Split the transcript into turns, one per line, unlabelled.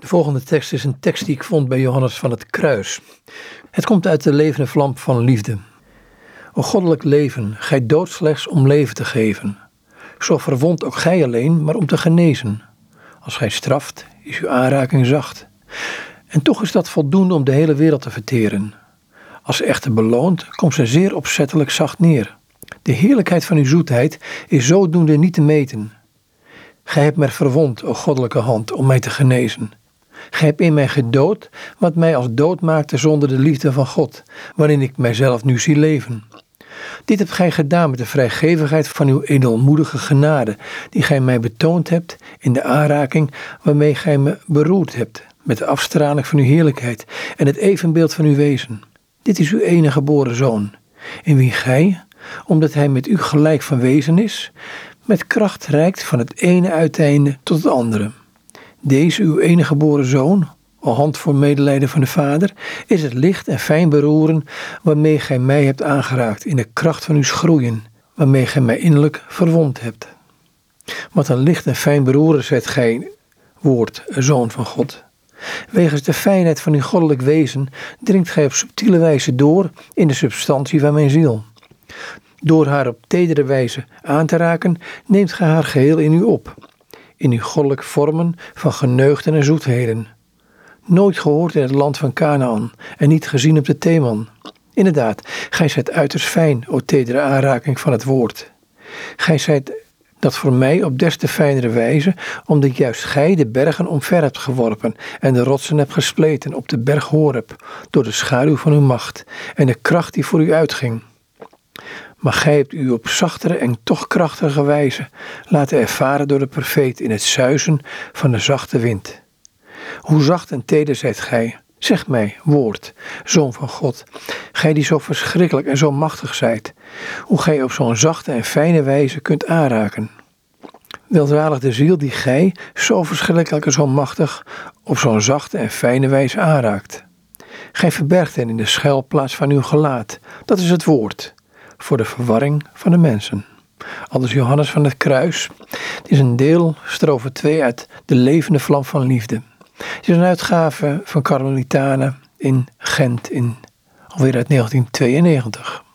volgende tekst is een tekst die ik vond bij Johannes van het Kruis. Het komt uit de levende vlam van liefde. O goddelijk leven, gij doodt slechts om leven te geven. Zo verwondt ook gij alleen, maar om te genezen. Als gij straft, is uw aanraking zacht. En toch is dat voldoende om de hele wereld te verteren. Als echter beloont, komt ze zeer opzettelijk zacht neer. De heerlijkheid van uw zoetheid is zodoende niet te meten. Gij hebt mij verwond, o goddelijke hand, om mij te genezen. Gij hebt in mij gedood, wat mij als dood maakte zonder de liefde van God, waarin ik mijzelf nu zie leven. Dit hebt gij gedaan met de vrijgevigheid van uw edelmoedige genade, die gij mij betoond hebt in de aanraking waarmee gij me beroerd hebt, met de afstraling van uw heerlijkheid en het evenbeeld van uw wezen. Dit is uw enige geboren Zoon, in wie gij, omdat hij met u gelijk van wezen is, met kracht reikt van het ene uiteinde tot het andere. Deze uw enige geboren Zoon, o hand voor medelijden van de Vader, is het licht en fijn beroeren waarmee gij mij hebt aangeraakt in de kracht van uw schroeien, waarmee gij mij innerlijk verwond hebt. Wat een licht en fijn beroeren zijt gij, woord, Zoon van God. Wegens de fijnheid van uw goddelijk wezen dringt gij op subtiele wijze door in de substantie van mijn ziel. Door haar op tedere wijze aan te raken, neemt gij haar geheel in u op, in uw goddelijke vormen van geneugten en zoetheden. Nooit gehoord in het land van Kanaan en niet gezien op de Theman. Inderdaad, gij zijt uiterst fijn, o tedere aanraking van het woord. Gij zijt dat voor mij op des te fijnere wijze, omdat juist gij de bergen omver hebt geworpen en de rotsen hebt gespleten op de berg Horeb, door de schaduw van uw macht en de kracht die voor u uitging. Maar gij hebt u op zachtere en toch krachtige wijze laten ervaren door de profeet in het suizen van de zachte wind. Hoe zacht en teder zijt gij, zeg mij, woord, Zoon van God, gij die zo verschrikkelijk en zo machtig zijt, hoe gij op zo'n zachte en fijne wijze kunt aanraken. Welzalig de ziel die gij, zo verschrikkelijk en zo machtig, op zo'n zachte en fijne wijze aanraakt. Gij verbergt hen in de schuilplaats van uw gelaat, dat is het woord, voor de verwarring van de mensen. Aldus Johannes van het Kruis. Het is een deel, strofe 2 uit de levende vlam van liefde. Het is een uitgave van Karmelitanen in Gent, alweer uit 1992.